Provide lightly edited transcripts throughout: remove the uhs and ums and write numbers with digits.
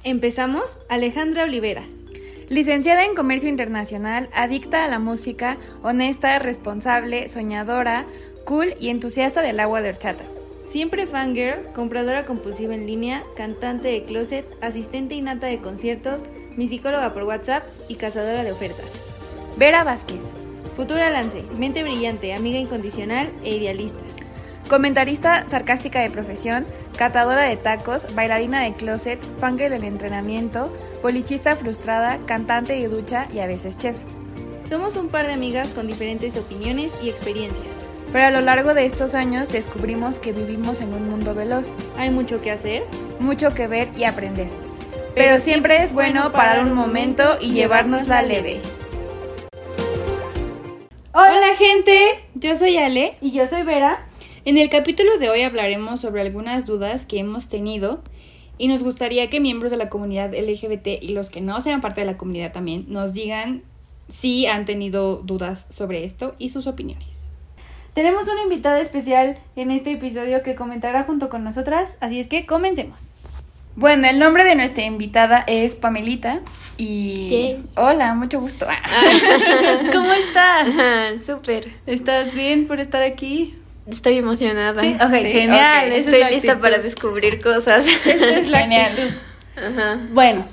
Empezamos. Alejandra Olivera. Licenciada en Comercio Internacional, adicta a la música, honesta, responsable, soñadora, cool y entusiasta del agua de horchata. Siempre fangirl, compradora compulsiva en línea, cantante de closet, asistente innata de conciertos, mi psicóloga por WhatsApp y cazadora de ofertas. Vera Vázquez. Futura Lance, mente brillante, amiga incondicional e idealista. Comentarista sarcástica de profesión, catadora de tacos, bailarina de closet, fangirl del entrenamiento, bolichista frustrada, cantante de ducha y a veces chef. Somos un par de amigas con diferentes opiniones y experiencias. Pero a lo largo de estos años descubrimos que vivimos en un mundo veloz. Hay mucho que hacer, mucho que ver y aprender. Pero siempre es bueno parar un momento y llevárnosla leve. Hola gente, yo soy Ale y yo soy Vera. En el capítulo de hoy hablaremos sobre algunas dudas que hemos tenido y nos gustaría que miembros de la comunidad LGBT y los que no sean parte de la comunidad también nos digan si han tenido dudas sobre esto y sus opiniones. Tenemos una invitada especial en este episodio que comentará junto con nosotras, así es que comencemos. Bueno, el nombre de nuestra invitada es Pamelita y... ¿Qué? Hola, mucho gusto. ¿Cómo estás? Súper. ¿Estás bien por estar aquí? Estoy emocionada. Sí, genial. Okay. Estoy lista para descubrir cosas. Esta es la actitud. Ajá. Bueno,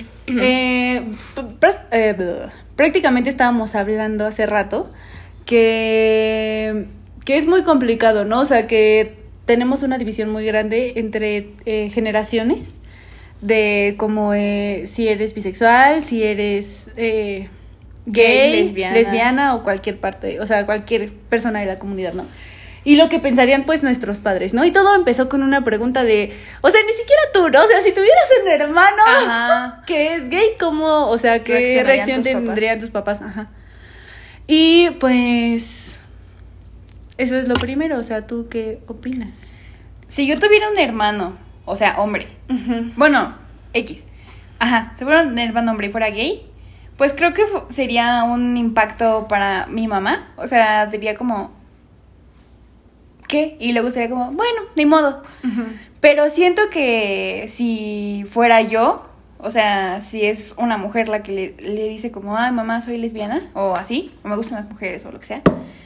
prácticamente estábamos hablando hace rato que es muy complicado, ¿no? O sea, que tenemos una división muy grande entre generaciones de como si eres bisexual, si eres gay, lesbiana o cualquier parte, o sea, cualquier persona de la comunidad, ¿no? Y lo que pensarían pues nuestros padres, ¿no? Y todo empezó con una pregunta de, o sea, ni siquiera tú, ¿no? O sea, si tuvieras un hermano que es gay, ¿cómo? O sea, ¿qué reacción tendrían tus papás? Ajá. Y pues eso es lo primero, o sea, ¿tú qué opinas? Si yo tuviera un hermano, o sea, hombre, bueno, X, si fuera un hermano hombre y fuera gay, pues creo que sería un impacto para mi mamá, o sea, diría como, ¿qué? Y luego sería como, bueno, ni modo. Pero siento que si fuera yo, o sea, si es una mujer la que le dice como, ay, mamá, soy lesbiana, o así, o me gustan las mujeres, o lo que sea,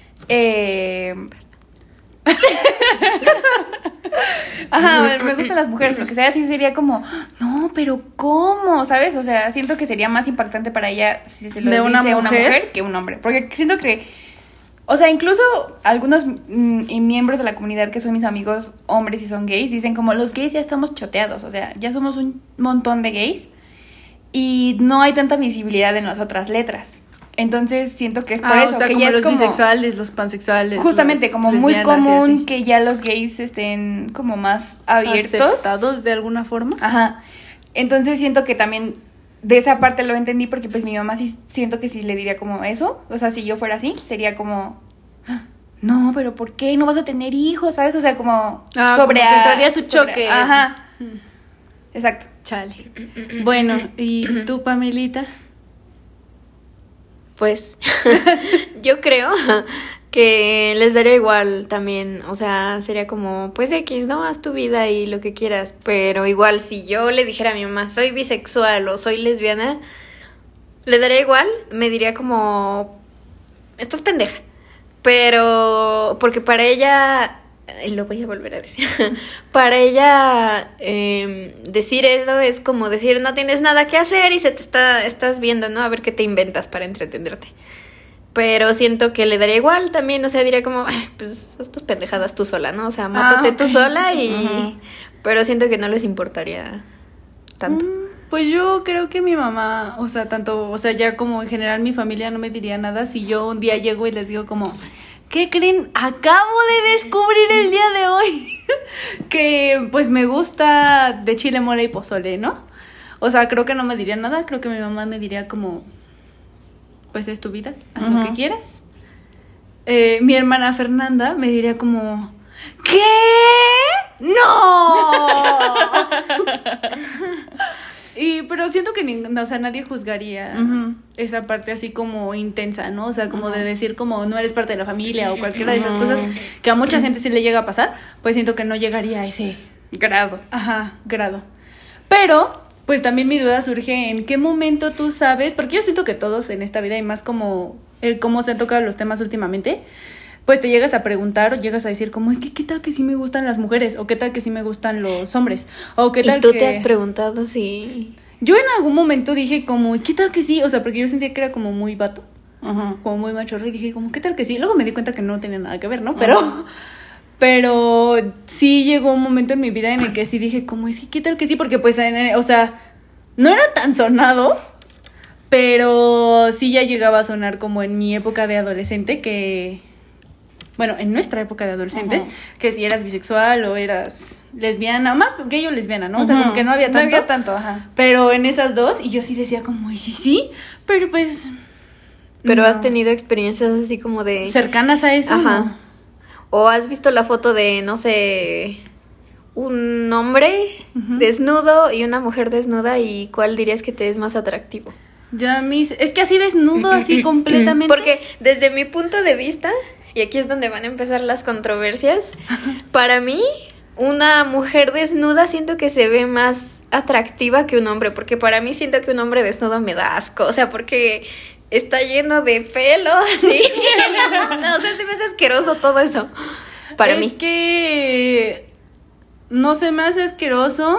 me gustan las mujeres, lo que sea, sí sería como, no, pero ¿cómo? ¿Sabes? O sea, siento que sería más impactante para ella si se lo dice una mujer que un hombre, porque siento que, o sea, incluso algunos miembros de la comunidad que son mis amigos hombres y son gays, dicen como los gays ya estamos choteados, o sea, ya somos un montón de gays y no hay tanta visibilidad en las otras letras. Entonces siento que es por eso, o sea, que como ya los es como bisexuales, los pansexuales. Justamente, como muy común que ya los gays estén como más abiertos. ¿Aceptados de alguna forma? Ajá. Entonces siento que también de esa parte lo entendí porque pues mi mamá sí siento que sí le diría como eso. O sea, si yo fuera así, sería como, no, pero ¿por qué? No vas a tener hijos, ¿sabes? O sea, como sobre... Como que entraría su choque. Ajá. Exacto. Chale. Bueno, ¿y tú, Pamelita? Pues yo creo que les daría igual también, o sea, sería como, pues X, ¿no? Haz tu vida y lo que quieras, pero igual si yo le dijera a mi mamá, soy bisexual o soy lesbiana, le daría igual, me diría como, estás pendeja, pero porque para ella, lo voy a volver a decir, para ella decir eso es como decir no tienes nada que hacer y estás viendo, ¿no? A ver qué te inventas para entretenerte. Pero siento que le daría igual también, o sea, diría como, pues haz tus pendejadas tú sola, ¿no? O sea, mátate tú sola y... Pero siento que no les importaría tanto. Pues yo creo que mi mamá, o sea, tanto, o sea, ya como en general mi familia no me diría nada si yo un día llego y les digo como... ¿Qué creen? Acabo de descubrir el día de hoy que pues me gusta de chile, mole y pozole, ¿no? O sea, creo que no me diría nada, creo que mi mamá me diría como, pues es tu vida, haz lo que quieras. Mi hermana Fernanda me diría como, ¿qué? ¡No! Pero siento que o sea, nadie juzgaría esa parte así como intensa, ¿no? O sea, como de decir como no eres parte de la familia o cualquiera de esas cosas que a mucha gente sí le llega a pasar, pues siento que no llegaría a ese grado. Grado. Pero pues también mi duda surge en qué momento tú sabes, porque yo siento que todos en esta vida, y más como cómo se han tocado los temas últimamente, pues te llegas a preguntar o llegas a decir como, es que qué tal que sí me gustan las mujeres, o qué tal que sí me gustan los hombres, o qué tal ¿Y tú que... te has preguntado si...? Yo en algún momento dije como, ¿qué tal que sí? O sea, porque yo sentía que era como muy vato, como muy machorro, y dije como, ¿qué tal que sí? Luego me di cuenta que no tenía nada que ver, ¿no? Pero sí llegó un momento en mi vida en el que sí dije como, es que ¿qué tal que sí? Porque pues, o sea, no era tan sonado, pero sí ya llegaba a sonar como en mi época de adolescente que... Bueno, en nuestra época de adolescentes, que si eras bisexual o eras lesbiana, más gay o lesbiana, ¿no? O sea, como que no había tanto. No había tanto, ajá. Pero en esas dos, y yo sí decía como, y sí, pero pues... Pero no. has tenido experiencias así como de... Cercanas a eso. Ajá. ¿no? O has visto la foto de, no sé, un hombre desnudo y una mujer desnuda, y ¿cuál dirías que te es más atractivo? Ya es que así desnudo, así completamente. Porque desde mi punto de vista, y aquí es donde van a empezar las controversias, para mí, una mujer desnuda siento que se ve más atractiva que un hombre, porque para mí siento que un hombre desnudo me da asco, o sea, porque está lleno de pelos, sí. No, o sea, se me hace asqueroso todo eso, para mí. Es que no se me hace asqueroso,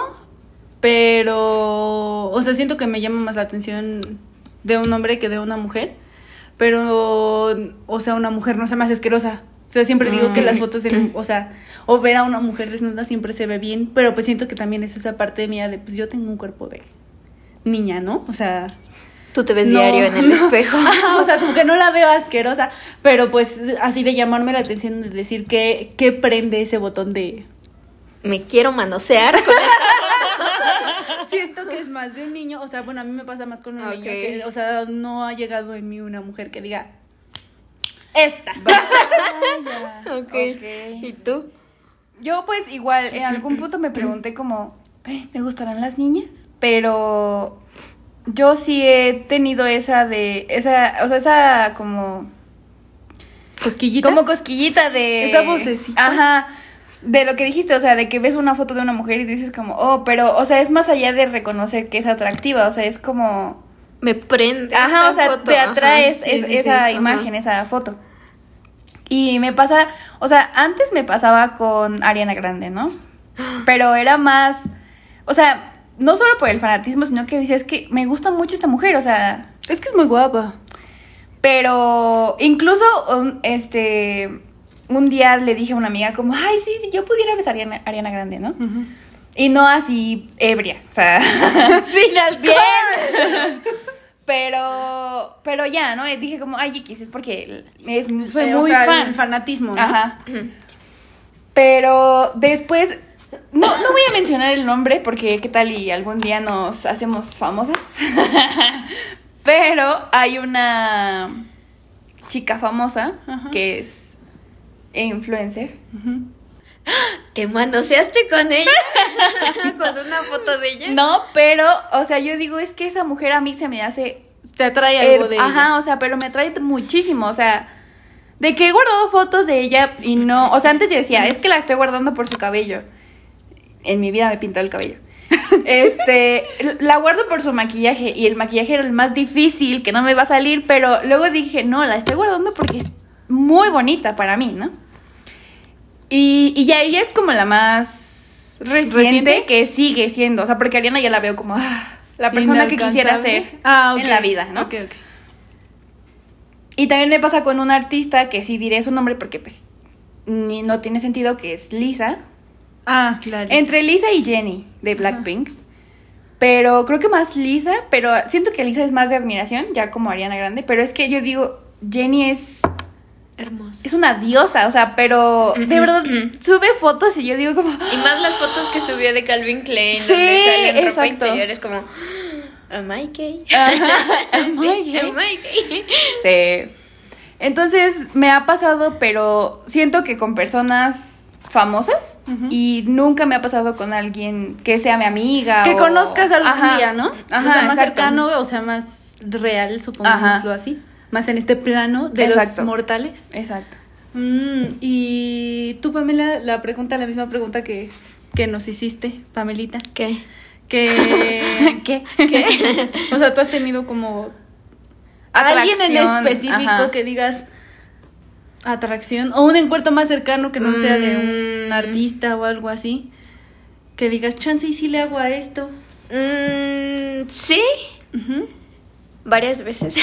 pero, o sea, siento que me llama más la atención de un hombre que de una mujer, pero, o sea, una mujer no se me hace asquerosa. O sea, siempre digo que las fotos, o sea, o ver a una mujer desnuda siempre se ve bien, pero pues siento que también es esa parte mía de, pues yo tengo un cuerpo de niña, ¿no? O sea... Tú te ves no, diario en el espejo. O sea, como que no la veo asquerosa, pero pues así de llamarme la atención, de decir qué prende ese botón de... Me quiero manosear con Siento que es más de un niño, o sea, bueno, a mí me pasa más con un niño que, o sea, no ha llegado en mí una mujer que diga, esta. Vaya. Ok. ¿Y tú? Yo pues igual en algún punto me pregunté como, ¿me gustarán las niñas? Pero yo sí he tenido esa como... ¿Cosquillita? Como cosquillita de... Esa vocecita. Ajá, de lo que dijiste, o sea, de que ves una foto de una mujer y dices como, oh, pero, o sea, es más allá de reconocer que es atractiva, o sea, es como... Me prende. Ajá, o sea, foto. te atraes Ajá. Sí, esa sí. imagen, esa foto. Y me pasa, o sea, antes me pasaba con Ariana Grande, ¿no? Pero era más, o sea, no solo por el fanatismo, sino que decía, es que me gusta mucho esta mujer, o sea... Es que es muy guapa. Pero incluso, un día le dije a una amiga como, ay, sí, yo pudiera besar a Ariana Grande, ¿no? Uh-huh. Y no así ebria, o sea... Sin alcohol. Bien. Pero ya, ¿no? Dije como, ay, X, es porque soy muy o sea, fan. el fanatismo, ¿no? Ajá. Pero después, no voy a mencionar el nombre porque qué tal y algún día nos hacemos famosas. Pero hay una chica famosa que es influencer. Uh-huh. ¿Te manoseaste con ella? ¿Con una foto de ella? No, pero, o sea, yo digo, es que esa mujer a mí se me hace... Te atrae algo de ella. Ajá, o sea, pero me atrae muchísimo, o sea, de que he guardado fotos de ella y no, o sea, antes yo decía, es que la estoy guardando por su cabello. En mi vida me pintó el cabello. La guardo por su maquillaje y el maquillaje era el más difícil, que no me iba a salir, pero luego dije, no, la estoy guardando porque es muy bonita para mí, ¿no? Y ya ella es como la más reciente que sigue siendo, o sea, porque Ariana ya la veo como la persona que quisiera ser en la vida, ¿no? Ok. Y también me pasa con un artista que sí diré su nombre porque pues no tiene sentido, que es Lisa. Ah, claro. Entre Lisa y Jennie de Blackpink. Pero creo que más Lisa, pero siento que Lisa es más de admiración, ya como Ariana Grande, pero es que yo digo, Jennie es hermosa. Es una diosa, o sea, pero de verdad sube fotos y yo digo como... Y más las fotos que subió de Calvin Klein, Sí, donde sale en ropa exacto. interior, es como... ¿Am I gay? Am I gay? ¿Am I gay? Sí. Entonces me ha pasado, pero siento que con personas famosas y nunca me ha pasado con alguien que sea mi amiga. Que o... conozcas algún Ajá. día, ¿no? Ajá, o sea, más exacto. cercano, o sea, más real, supongámoslo así. Más en este plano de Exacto. los mortales. Exacto. Y tú, Pamela, la misma pregunta que nos hiciste, Pamelita. ¿Qué? que... ¿Qué? O sea, tú has tenido como... alguien en Atracción, específico ajá. que digas atracción, o un encuentro más cercano que no sea de un artista o algo así, que digas, chance y sí le hago a esto. Sí, Ujú. varias veces.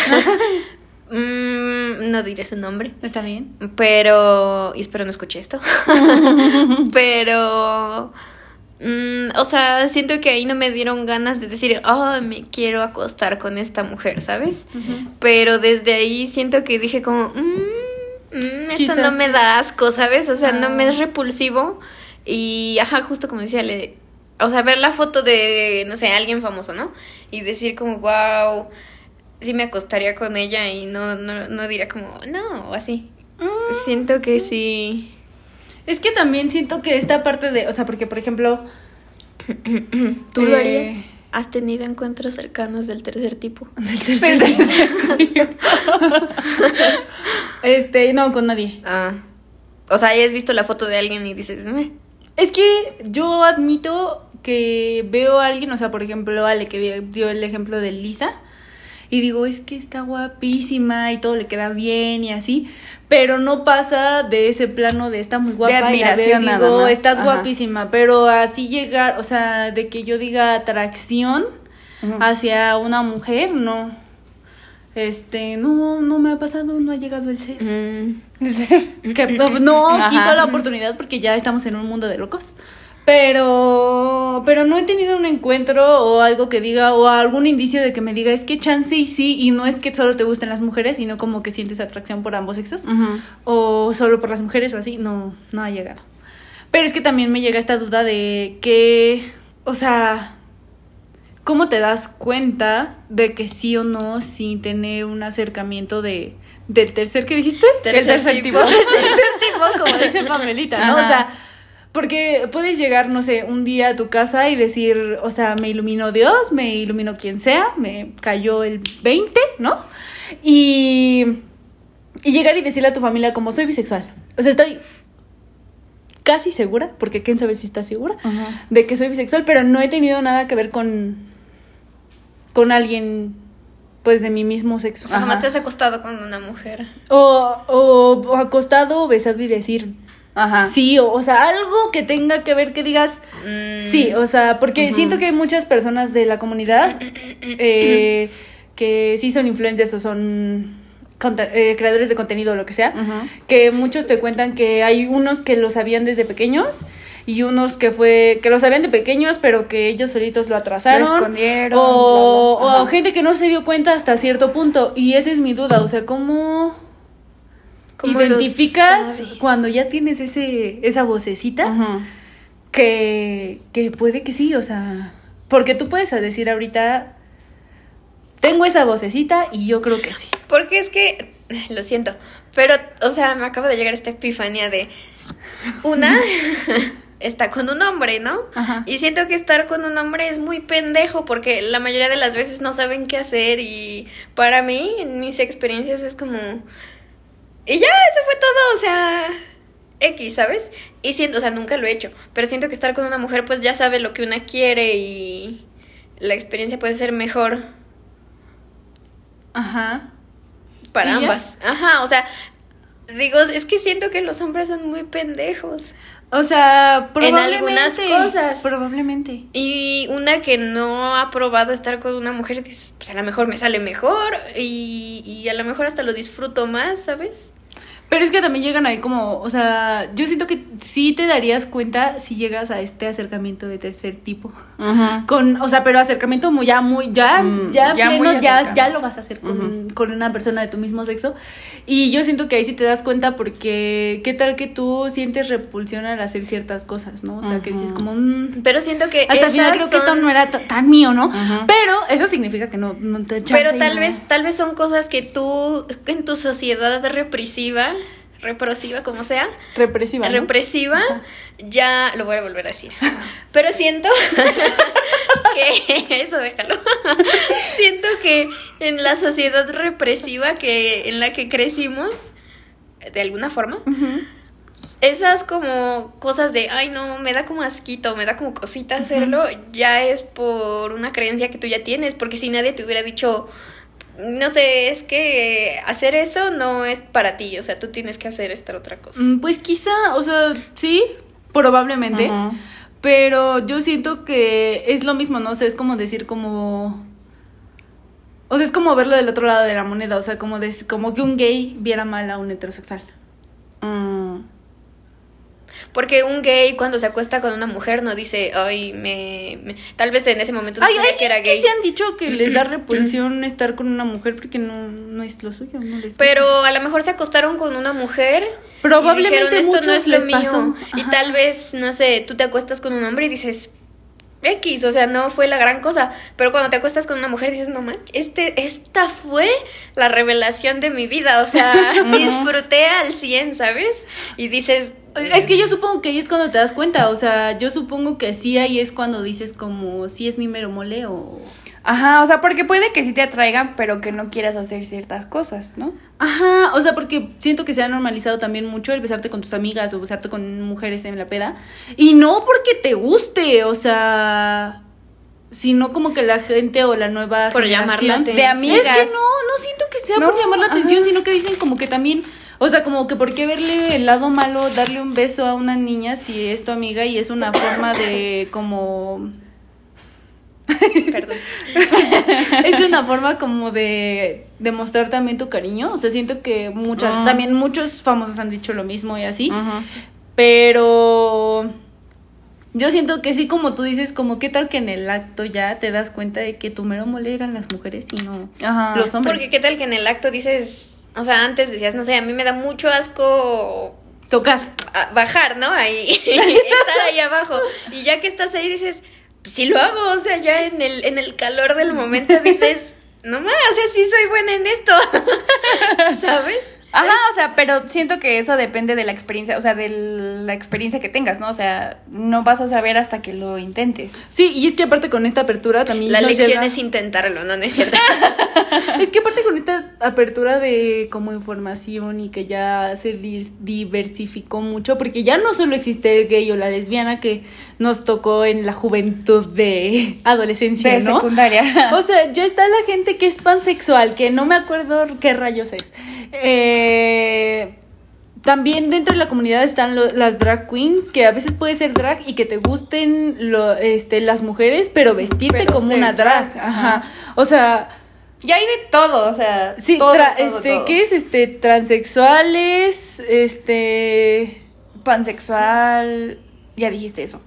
No diré su nombre. Está bien. Pero, y espero no escuche esto. Pero, o sea, siento que ahí no me dieron ganas de decir, oh, me quiero acostar con esta mujer, ¿sabes? Ujú. Pero desde ahí siento que dije como, esto Quizás no me sí. da asco, ¿sabes? O sea, no me Ah. es repulsivo. Y, ajá, justo como decía, o sea, ver la foto de, no sé, alguien famoso, ¿no? Y decir como, wow, sí me acostaría con ella y no diría como, no, o así. Siento que sí. Es que también siento que esta parte de, o sea, porque por ejemplo, ¿Tú lo Eh, harías? ¿Has tenido encuentros cercanos del tercer tipo? del tercer tipo. No, con nadie. Ah. O sea, ¿hayas visto la foto de alguien y dices, Es que yo admito que veo a alguien, o sea, por ejemplo, Ale, que dio el ejemplo de Lisa, y digo, es que está guapísima y todo le queda bien y así, pero no pasa de ese plano de está muy guapa De y la veo y admiración nada digo, más. estás Ajá. guapísima, pero así llegar, o sea, de que yo diga atracción Ujú. hacia una mujer, no. No me ha pasado, no ha llegado el ser. Que no Ajá. quito la oportunidad porque ya estamos en un mundo de locos. Pero no he tenido un encuentro o algo que diga, o algún indicio de que me diga, es que chance y sí, y no es que solo te gusten las mujeres, sino como que sientes atracción por ambos sexos, Ujú. o solo por las mujeres o así, no ha llegado. Pero es que también me llega esta duda de que, o sea, ¿cómo te das cuenta de que sí o no sin tener un acercamiento del tercer, ¿qué dijiste? Tercer tipo. Del tercer tipo, como dice Pamelita, ¿no? Ajá. O sea, porque puedes llegar, no sé, un día a tu casa y decir, o sea, me iluminó Dios, me iluminó quien sea, me cayó el 20, ¿no? Y llegar y decirle a tu familia como soy bisexual. O sea, estoy casi segura, porque quién sabe si está segura, Ajá. de que soy bisexual, pero no he tenido nada que ver con alguien, pues, de mi mismo sexo. O sea, Ajá. jamás te has acostado con una mujer. O acostado o besado y decir Ajá. sí, o sea, algo que tenga que ver que digas sí, o sea, porque Ujú. siento que hay muchas personas de la comunidad que sí son influencers o son creadores de contenido o lo que sea, Ujú. que muchos te cuentan que hay unos que lo sabían desde pequeños y unos que lo sabían de pequeños pero que ellos solitos lo atrasaron, Lo escondieron, o bla, bla. Ajá. gente que no se dio cuenta hasta cierto punto, y esa es mi duda, o sea, ¿cómo ¿Cómo lo identificas sabes? cuando ya tienes esa vocecita Ujú. que puede que sí, o sea, porque tú puedes decir ahorita tengo esa vocecita y yo creo que sí. Porque es que, lo siento, pero, o sea, me acaba de llegar esta epifanía de una está con un hombre, ¿no? Ajá. Y siento que estar con un hombre es muy pendejo porque la mayoría de las veces no saben qué hacer y para mí, en mis experiencias es como... Y ya, eso fue todo, o sea... X, ¿sabes? Y siento, o sea, nunca lo he hecho, pero siento que estar con una mujer pues ya sabe lo que una quiere y la experiencia puede ser mejor Ajá. para ¿Y ya? ambas. Ajá, o sea, digo, es que siento que los hombres son muy pendejos. O sea, En probablemente. algunas cosas. Probablemente. Y una que no ha probado estar con una mujer, dices, pues a lo mejor me sale mejor y a lo mejor hasta lo disfruto más, ¿sabes? Pero es que también llegan ahí como, o sea, yo siento que sí te darías cuenta si llegas a este acercamiento de tercer tipo. Ujú. O sea, pero acercamiento ya muy pleno, ya acercamiento. lo vas a hacer Ujú. con una persona de tu mismo sexo. Y yo siento que ahí sí te das cuenta porque qué tal que tú sientes repulsión al hacer ciertas cosas, ¿no? O sea, que dices Ujú. como, Pero siento que hasta el final creo que esto no era tan mío, ¿no? Ujú. Pero eso significa que no te chance Pero y tal no. vez son cosas que tú, en tu sociedad represiva, como sea, Represiva, ¿no? represiva, ya lo voy a volver a decir. Pero siento que eso déjalo. Siento que en la sociedad represiva en la que crecimos, de alguna forma, Ujú. esas como cosas de, ay no, me da como asquito, me da como cosita hacerlo, ya es por una creencia que tú ya tienes, porque si nadie te hubiera dicho, no sé, es que hacer eso no es para ti, o sea, tú tienes que hacer esta otra cosa. Pues quizá, o sea, sí, probablemente, pero yo siento que es lo mismo, ¿no? O sea, es como decir como... O sea, es como verlo del otro lado de la moneda, o sea, como que un gay viera mal a un heterosexual. Porque un gay cuando se acuesta con una mujer no dice, ay, tal vez en ese momento no sabía que era gay. Sí se han dicho que les da repulsión estar con una mujer porque no es lo suyo, no les gusta. Pero a lo mejor se acostaron con una mujer probablemente y dijeron, esto no es lo les mío. pasó. Y tal vez, no sé, tú te acuestas con un hombre y dices, X, o sea, no fue la gran cosa. Pero cuando te acuestas con una mujer dices, no manches, esta fue la revelación de mi vida. O sea, disfruté al 100, ¿sabes? Y dices... Es que yo supongo que ahí es cuando te das cuenta, o sea, yo supongo que sí, ahí es cuando dices como, sí es mi mero mole o... Ajá, o sea, porque puede que sí te atraigan, pero que no quieras hacer ciertas cosas, ¿no? Ajá, o sea, porque siento que se ha normalizado también mucho el besarte con tus amigas o besarte con mujeres en la peda. Y no porque te guste, o sea... Sino como que la gente o la nueva por llamar la generación atención. De amigas. Es que no siento que sea por llamar la atención, sino que dicen como que también... O sea, como que por qué verle el lado malo, darle un beso a una niña si es tu amiga y es una forma de como... Perdón. Es una forma como de demostrar también tu cariño. O sea, siento que también muchos famosos han dicho lo mismo y así. Pero yo siento que sí, como tú dices, como qué tal que en el acto ya te das cuenta de que tu mero mole eran las mujeres y no los hombres. Porque qué tal que en el acto dices... O sea, antes decías, no sé, a mí me da mucho asco... Tocar. Bajar, ¿no? Ahí, estar ahí abajo. Y ya que estás ahí dices, pues sí lo hago. O sea, ya en el calor del momento dices, no más, o sea, sí soy buena en esto. ¿Sabes? Ajá, o sea, pero siento que eso depende de la experiencia, o sea, de la experiencia que tengas, ¿no? O sea, no vas a saber hasta que lo intentes. Sí, y es que aparte con esta apertura también la nos lección llega... es intentarlo, no es cierto. Es que aparte con esta apertura de como información y que ya se diversificó mucho, porque ya no solo existe el gay o la lesbiana que nos tocó en la juventud de adolescencia, De ¿no? secundaria. O sea, ya está la gente que es pansexual, que no me acuerdo qué rayos es. También dentro de la comunidad están las drag queens, que a veces puede ser drag y que te gusten las mujeres, pero vestirte Pero como ser una drag. drag, Ajá. O sea... Y hay de todo, o sea, Sí, todo. ¿qué es? Transexuales, Pansexual, ya dijiste eso,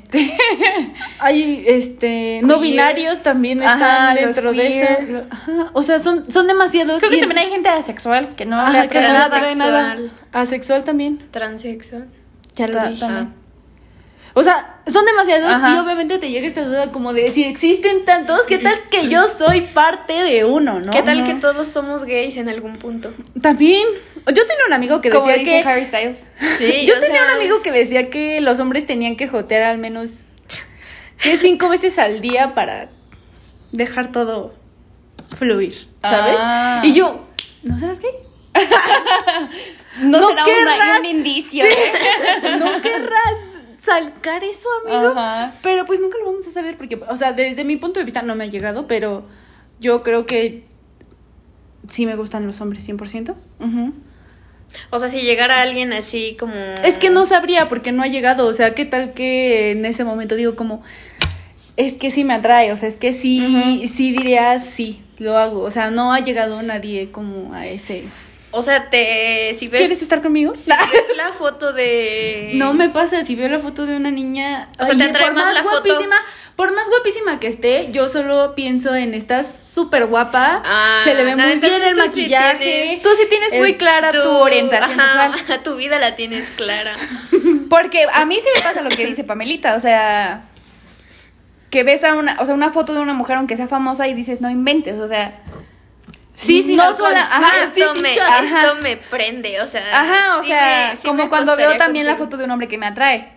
hay, no binarios también están los dentro de queer. eso. Ajá, o sea, son demasiados. Creo que y también hay gente asexual que no Ajá, le que no atrae atrae nada. Asexual también. Transexual. Ya lo dije. también. O sea, son demasiados Ajá. y obviamente te llega esta duda como de si existen tantos, ¿qué tal que yo soy parte de uno, no? ¿Qué tal que todos somos gays en algún punto? También. Yo tenía un amigo que Como decía dice que... Harry Styles. Sí, Yo o tenía sea, un amigo que decía que los hombres tenían que jotear al menos 5 veces al día para dejar todo fluir, ¿sabes? Ah. Y yo, ¿no serás gay? No, No será querrás. un indicio. ¿No querrás sacar eso, amigo? Ajá. Pero pues nunca lo vamos a saber porque, o sea, desde mi punto de vista no me ha llegado, pero yo creo que sí me gustan los hombres 100%. Ujú. o sea, si llegara alguien así como... Es que no sabría porque no ha llegado, o sea, ¿qué tal que en ese momento digo como, es que sí me atrae, o sea, es que sí, sí diría sí, lo hago, o sea, no ha llegado nadie como a ese... O sea, si ves... ¿Quieres estar conmigo? Si ves la foto de... No me pasa, si veo la foto de una niña... O sea, te atrae por más la foto. Por más guapísima que esté, yo solo pienso en esta súper guapa, Ah, se le ve no, muy bien entonces el tú sí maquillaje. tienes- Tú sí tienes muy clara tu orientación ajá, sexual. tu vida la tienes clara. Porque a mí sí me pasa lo que dice Pamelita, o sea, que ves a una foto de una mujer aunque sea famosa y dices, no inventes, o sea, Sí, sí, no tal cual. sola, ajá, esto, sí, me, shot. ajá. esto me prende, o sea... ajá, o sí sea, me- sí como me cuando veo costaría también la contigo. foto de un hombre que me atrae.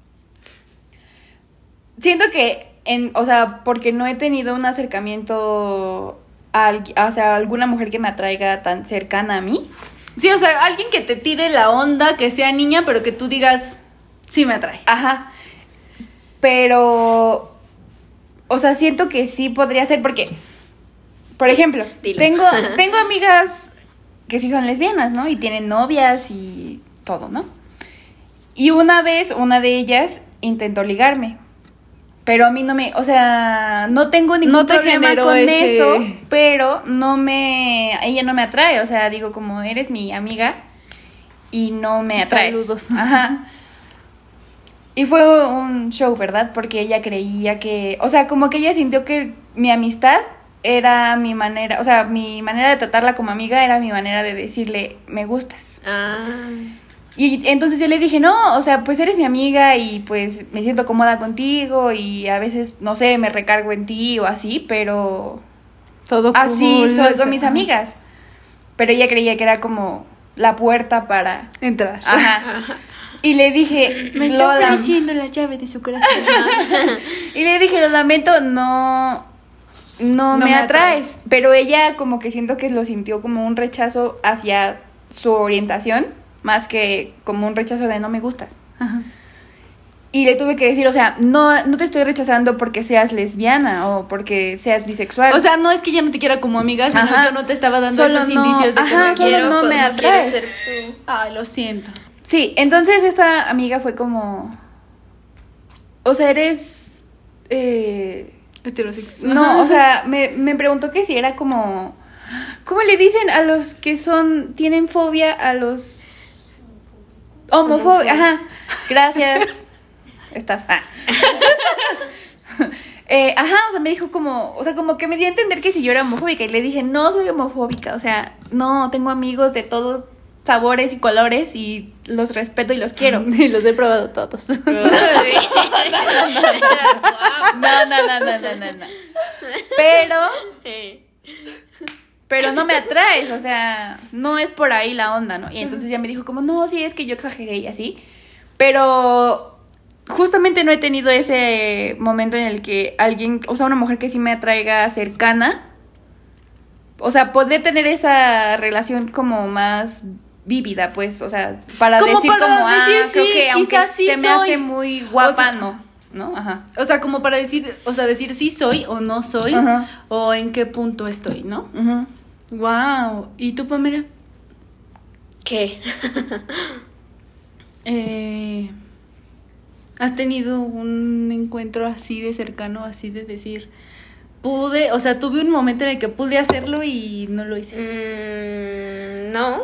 Siento que o sea, porque no he tenido un acercamiento o sea, alguna mujer que me atraiga tan cercana a mí. Sí, o sea, alguien que te tire la onda, que sea niña, pero que tú digas, sí me atrae. Ajá. Pero, o sea, siento que sí podría ser porque, por ejemplo, Dilo. tengo amigas que sí son lesbianas, ¿no? Y tienen novias y todo, ¿no? Y una vez, una de ellas intentó ligarme. Pero a mí o sea, no tengo ningún No te problema generó con ese- eso, pero ella no me atrae, o sea, digo, como eres mi amiga y no me atraes. Saludos. Ajá. Y fue un show, ¿verdad? Porque ella creía que, o sea, como que ella sintió que mi amistad era mi manera, o sea, mi manera de tratarla como amiga era mi manera de decirle, me gustas. Ah. Y entonces yo le dije, no, o sea, pues eres mi amiga y pues me siento cómoda contigo y a veces, no sé, me recargo en ti o así, pero Todo así cool, soy o con mis sea, amigas. Pero ella creía que era como la puerta para... Entrar. Ajá. Y le dije, Me está Lola, ofreciendo la llave de su corazón. y le dije, lo lamento, no me atraes. Pero ella como que siento que lo sintió como un rechazo hacia su orientación, más que como un rechazo de no me gustas. Ajá. Y le tuve que decir, o sea, no te estoy rechazando porque seas lesbiana o porque seas bisexual. O sea, no es que ya no te quiera como amiga, sino Ajá. yo no te estaba dando Solo esos no- indicios de que ajá, no solo quiero. no me quiero atraes. ser tú. Ay, lo siento. Sí, entonces esta amiga fue como... O sea, eres... Heterosexual. No, o sea, me preguntó que si era como... ¿Cómo le dicen a los que tienen fobia a los... Homofobia, ajá. Gracias. Estás... ajá, o sea, me dijo como... O sea, como que me dio a entender que si yo era homofóbica. Y le dije, no soy homofóbica. O sea, no, tengo amigos de todos sabores y colores y los respeto y los quiero. Y los he probado todos. No. Pero no me atraes, o sea, no es por ahí la onda, ¿no? Y entonces ya me dijo como, no, sí, es que yo exageré y así. Pero justamente no he tenido ese momento en el que alguien, o sea, una mujer que sí me atraiga cercana, o sea, poder tener esa relación como más vívida, pues, o sea, para Como decir para como, decir, creo sí, que aunque quizás sí se me soy. hace muy guapa, O sea, ¿no? Ajá. O sea, como para decir, decir sí soy o no soy, Ajá. o en qué punto estoy, ¿no? Ujú. Wow. ¿Y tú, Pamela? ¿Qué? ¿Has tenido un encuentro así de cercano, así de decir, tuve un momento en el que pude hacerlo y no lo hice? No.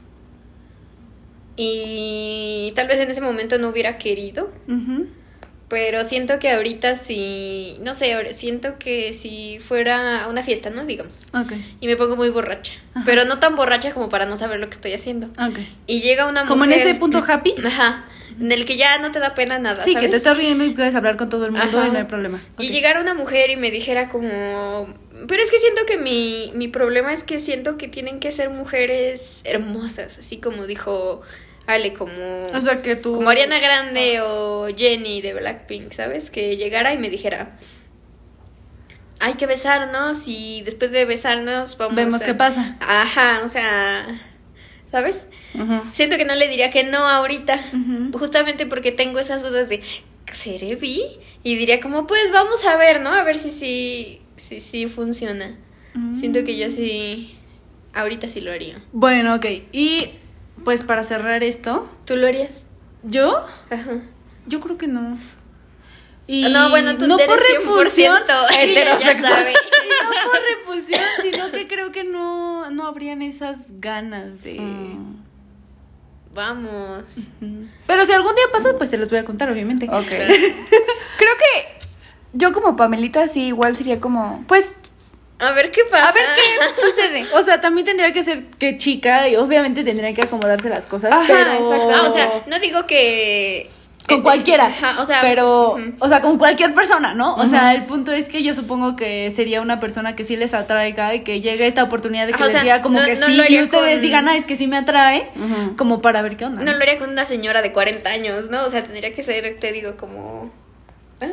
Y tal vez en ese momento no hubiera querido, Ujú. pero siento que ahorita sí, no sé, siento que si fuera a una fiesta, ¿no? Digamos, Ok, y me pongo muy borracha, Ajá. pero no tan borracha como para no saber lo que estoy haciendo. ok. Y llega una mujer... Como en ese punto happy. Ajá, en el que ya no te da pena nada, Sí, ¿sabes? que te estás riendo y puedes hablar con todo el mundo Ajá. y no hay problema. Y Ok. llegara una mujer y me dijera como... Pero es que siento que mi problema es que siento que tienen que ser mujeres hermosas, así como dijo Ale, como... O sea, que tú... Como Ariana Grande o Jennie de Blackpink, ¿sabes? Que llegara y me dijera, hay que besarnos y después de besarnos vamos Vemos a... qué pasa. Ajá, o sea, ¿sabes? Ujú. Siento que no le diría que no ahorita, Ujú. justamente porque tengo esas dudas de, ¿seré bi? Y diría como, pues vamos a ver, ¿no? A ver si funciona. Siento que yo sí, ahorita sí lo haría. Bueno, ok. Y pues para cerrar esto, ¿Tú lo harías? ¿yo? Ajá. Yo creo que no. Y No, bueno, tú no eres por 100% repulsión, heterosexual. ya sabes. Y no por repulsión, sino que creo que no habrían esas ganas de... Mm. Vamos. Pero si algún día pasa, pues se los voy a contar, obviamente. Ok. Creo que yo como Pamelita sí igual sería como, pues, A ver qué pasa. a ver qué sucede. O sea, también tendría que ser que chica y obviamente tendrían que acomodarse las cosas, Ajá, pero... exacto. Ah, o sea, no digo que... Con cualquiera, Ajá, o sea, pero, ujú. o sea, con cualquier persona, ¿no? O sea, el punto es que yo supongo que sería una persona que sí les atraiga y que llegue esta oportunidad de que Ajá, o les sea, diga como no- que no sí, lo haría y ustedes con- digan, es que sí me atrae, Ujú. como para ver qué onda. No lo haría con una señora de 40 años, ¿no? O sea, tendría que ser, te digo, como... ¿eh?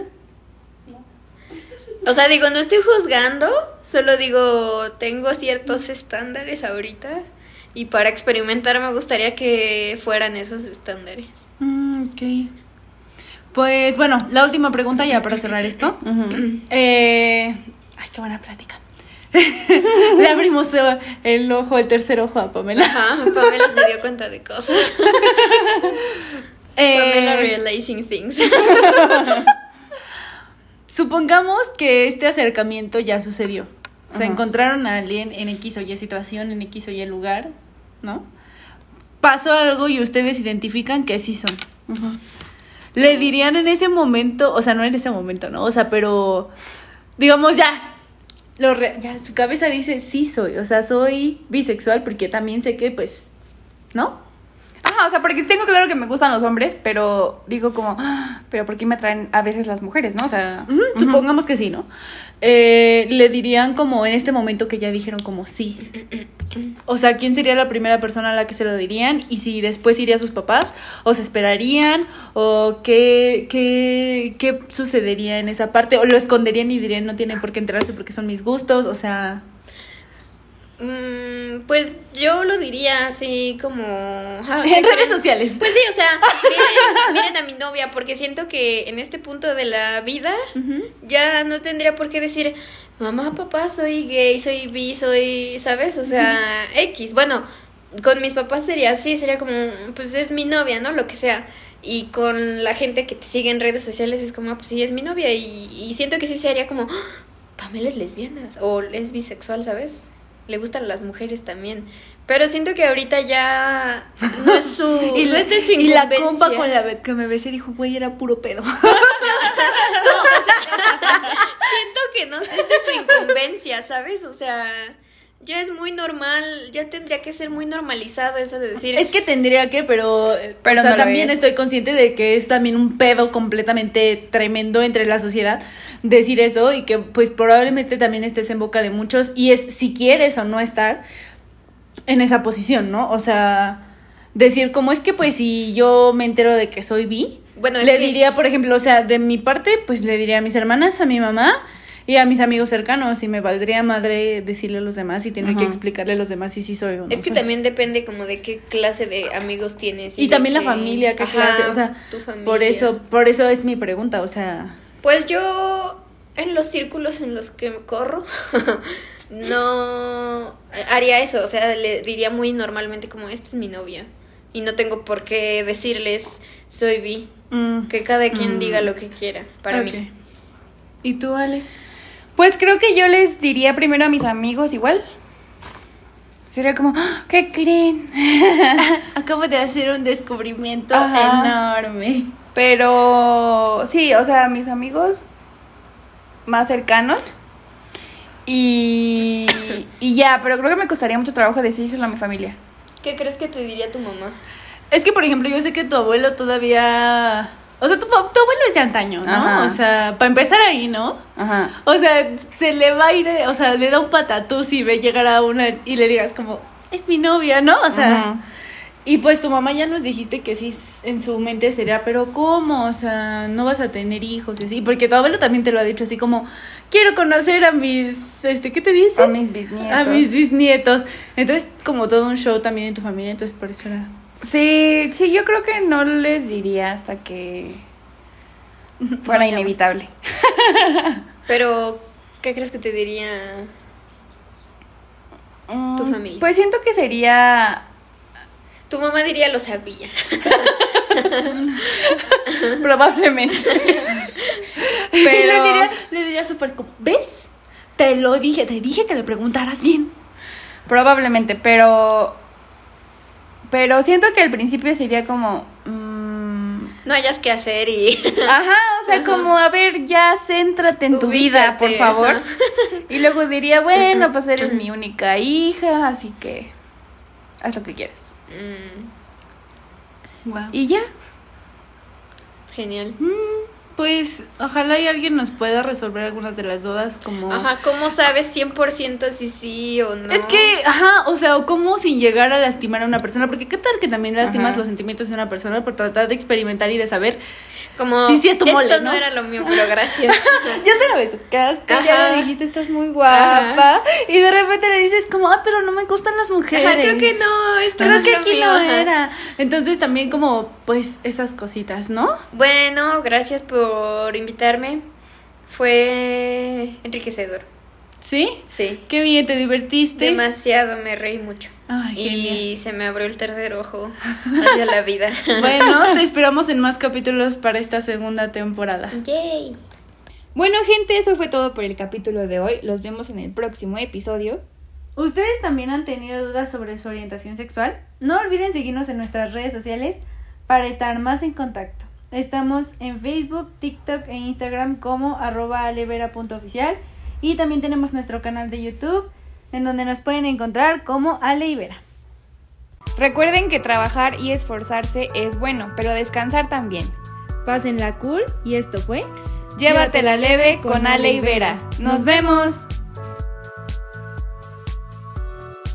O sea, digo, no estoy juzgando, solo digo, tengo ciertos estándares ahorita Y para experimentar me gustaría que fueran esos estándares. Ok. Pues bueno, la última pregunta ya para cerrar esto. Ujú. Ay, qué buena plática. Le abrimos el tercer ojo a Pamela. Ajá, Pamela se dio cuenta de cosas. Pamela realizing things. Supongamos que este acercamiento ya sucedió. O sea, Ajá. encontraron a alguien en X o Y situación, en X o Y lugar, ¿no? Pasó algo y ustedes identifican que sí son. Ujú. Le dirían en ese momento, o sea, no en ese momento, ¿no? O sea, pero digamos ya su cabeza dice sí soy, o sea, soy bisexual porque también sé que pues, ¿no? Ajá, o sea, porque tengo claro que me gustan los hombres, pero digo como, pero ¿por qué me atraen a veces las mujeres, no? O sea, Ujú, supongamos que sí, ¿no? Le dirían como en este momento que ya dijeron como sí. O sea, ¿quién sería la primera persona a la que se lo dirían? Y si después iría a sus papás, o se esperarían, o qué sucedería en esa parte, o lo esconderían y dirían no tienen por qué enterarse porque son mis gustos, o sea... Pues yo lo diría así como... En redes sociales. Pues sí, o sea, miren a mi novia, porque siento que en este punto de la vida ya no tendría por qué decir, mamá, papá, soy gay, soy bi, soy, ¿sabes? O sea, X. Bueno, con mis papás sería así, sería como, pues es mi novia, ¿no? Lo que sea. Y con la gente que te sigue en redes sociales es como, pues sí, es mi novia. Y siento que sí sería como, Pamela es lesbiana o es bisexual, ¿sabes? Le gustan las mujeres también. Pero siento que ahorita ya no es no es de su y la incumbencia. compa con la que me besé dijo, güey, era puro pedo. No, o sea, siento que no es de su incumbencia, ¿sabes? O sea, ya es muy normal, ya tendría que ser muy normalizado eso de decir... Es que tendría que, pero o sea, no lo también es. estoy consciente de que es también un pedo completamente tremendo entre la sociedad decir eso y que pues probablemente también estés en boca de muchos y es si quieres o no estar en esa posición, ¿no? O sea, decir como es que pues si yo me entero de que soy bi, Bueno, es le que- diría, por ejemplo, o sea, de mi parte, pues le diría a mis hermanas, a mi mamá y a mis amigos cercanos y me valdría madre decirle a los demás y tener que Ajá. explicarle a los demás si sí soy o no Es que soy. también depende como de qué clase de amigos tienes. Y de también la qué- familia, qué Ajá, clase, o sea, tu familia. por eso es mi pregunta, o sea, Pues yo, en los círculos en los que corro, no haría eso, o sea, le diría muy normalmente como, esta es mi novia, y no tengo por qué decirles, soy bi, que cada quien diga lo que quiera, para ok. mí. ¿Y tú, Ale? pues creo que yo les diría primero a mis amigos igual. Sería como, ¿qué creen? Acabo de hacer un descubrimiento Ajá. enorme. Pero sí, o sea, mis amigos más cercanos. Y ya, pero creo que me costaría mucho trabajo decírselo a mi familia. ¿Qué crees que te diría tu mamá? Es que, por ejemplo, yo sé que tu abuelo todavía... O sea, tu abuelo es de antaño, ¿no? Ajá. O sea, para empezar ahí, ¿no? Aja. O sea, se le va a ir, o sea, le da un patatús si ve llegar a una y le digas como, es mi novia, ¿no? O sea, Ajá. y pues tu mamá ya nos dijiste que sí, en su mente sería, pero ¿cómo? O sea, no vas a tener hijos y así, porque tu abuelo también te lo ha dicho así como, quiero conocer a mis, ¿qué te dice? A mis bisnietos. A mis bisnietos. Entonces, como todo un show también en tu familia, entonces por eso era... Sí, yo creo que no les diría hasta que fuera inevitable. Pero, ¿qué crees que te diría tu familia? Pues siento que sería Tu mamá diría, lo sabía. probablemente. Y Pero le diría súper como, ¿ves? Te dije que le preguntaras bien. probablemente, pero siento que al principio sería como No hayas que hacer y... ajá, o sea, como a ver, ya céntrate en tu vida, por Ubícate, favor. ajá. Y luego diría, bueno, pues eres mi única hija, así que haz lo que quieras. Wow. Y ya. Genial. Pues ojalá y alguien nos pueda resolver algunas de las dudas como... Ajá, ¿cómo sabes 100% si sí o no? Es que, ajá, o sea, o cómo sin llegar a lastimar a una persona, porque qué tal que también lastimas Ajá. los sentimientos de una persona por tratar de experimentar y de saber Como, sí es tu mole, esto ¿no? no era lo mío, pero gracias. Ya te la besucaste, ya Ajá. le dijiste, estás muy guapa. Y de repente le dices como, pero no me gustan las mujeres. Ajá, creo que no, esto Creo no que es lo aquí mío, no ajá. era. Entonces también como, pues, esas cositas, ¿no? Bueno, gracias por invitarme. Fue enriquecedor. ¿Sí? Sí. Qué bien, ¿te divertiste? Demasiado, me reí mucho. Ay, genial. Y se me abrió el tercer ojo hacia la vida. Bueno, te esperamos en más capítulos para esta segunda temporada. Yay. Bueno, gente, eso fue todo por el capítulo de hoy. Los vemos en el próximo episodio. ¿Ustedes también han tenido dudas sobre su orientación sexual? No olviden seguirnos en nuestras redes sociales para estar más en contacto. Estamos en Facebook, TikTok e Instagram como @alevera.oficial y también tenemos nuestro canal de YouTube en donde nos pueden encontrar como Ale y Vera. Recuerden que trabajar y esforzarse es bueno, pero descansar también. Pásenla cool y esto fue Llévatela leve con Ale y Vera. ¡Nos vemos!